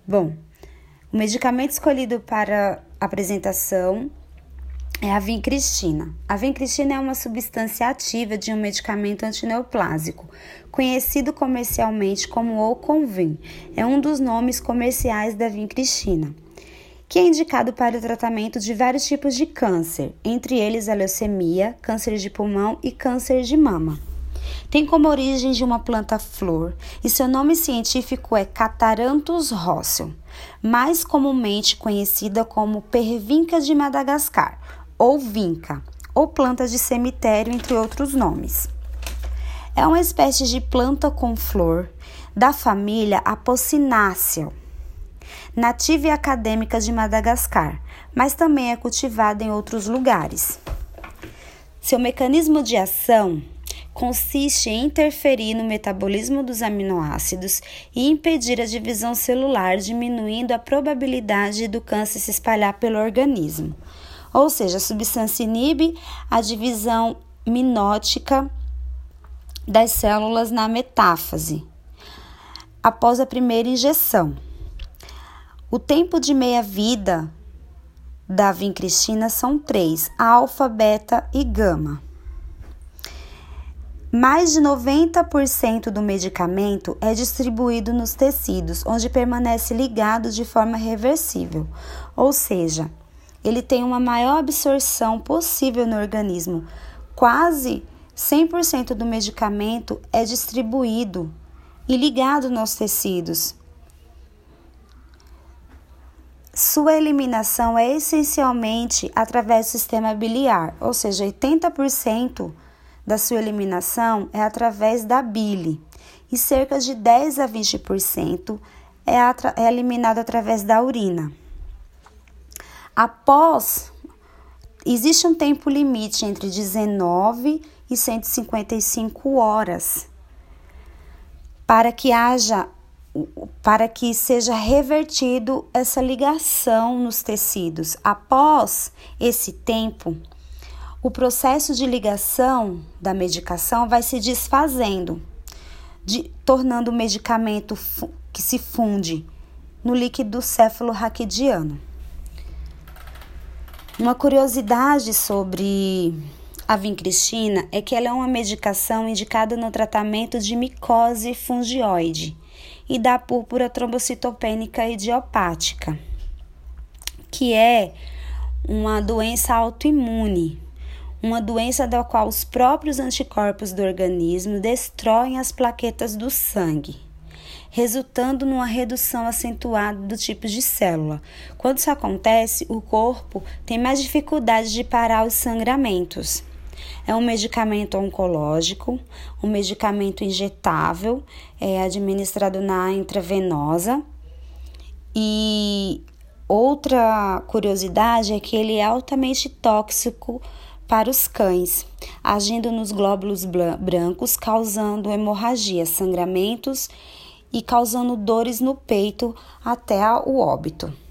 Bom, o medicamento escolhido para apresentação é a vincristina. A vincristina é uma substância ativa de um medicamento antineoplásico, conhecido comercialmente como Ocovin. É um dos nomes comerciais da vincristina, que é indicado para o tratamento de vários tipos de câncer, entre eles a leucemia, câncer de pulmão e câncer de mama. Tem como origem de uma planta-flor e seu nome científico é Catharanthus rossel, mais comumente conhecida como pervinca de Madagascar, ou vinca, ou planta de cemitério, entre outros nomes. É uma espécie de planta com flor da família Apocynaceae, nativa e acadêmica de Madagascar, mas também é cultivada em outros lugares. Seu mecanismo de ação consiste em interferir no metabolismo dos aminoácidos e impedir a divisão celular, diminuindo a probabilidade do câncer se espalhar pelo organismo. Ou seja, a substância inibe a divisão minótica das células na metáfase após a primeira injeção. O tempo de meia-vida da vincristina são 3, alfa, beta e gama. Mais de 90% do medicamento é distribuído nos tecidos, onde permanece ligado de forma reversível, ou seja, ele tem uma maior absorção possível no organismo. Quase 100% do medicamento é distribuído e ligado nos tecidos. Sua eliminação é essencialmente através do sistema biliar, ou seja, 80% da sua eliminação é através da bile e cerca de 10 a 20% é eliminado através da urina. Existe um tempo limite entre 19 e 155 horas para que seja revertido essa ligação nos tecidos. Após esse tempo, o processo de ligação da medicação vai se desfazendo, tornando o medicamento que se funde no líquido cefalorraquidiano. Uma curiosidade sobre a vincristina é que ela é uma medicação indicada no tratamento de micose fungioide e da púrpura trombocitopênica idiopática, que é uma doença autoimune, uma doença da qual os próprios anticorpos do organismo destroem as plaquetas do sangue, resultando numa redução acentuada do tipo de célula. Quando isso acontece, o corpo tem mais dificuldade de parar os sangramentos. É um medicamento oncológico, um medicamento injetável, administrado na intravenosa. E outra curiosidade é que ele é altamente tóxico para os cães, agindo nos glóbulos brancos, causando hemorragia, sangramentos e causando dores no peito até o óbito.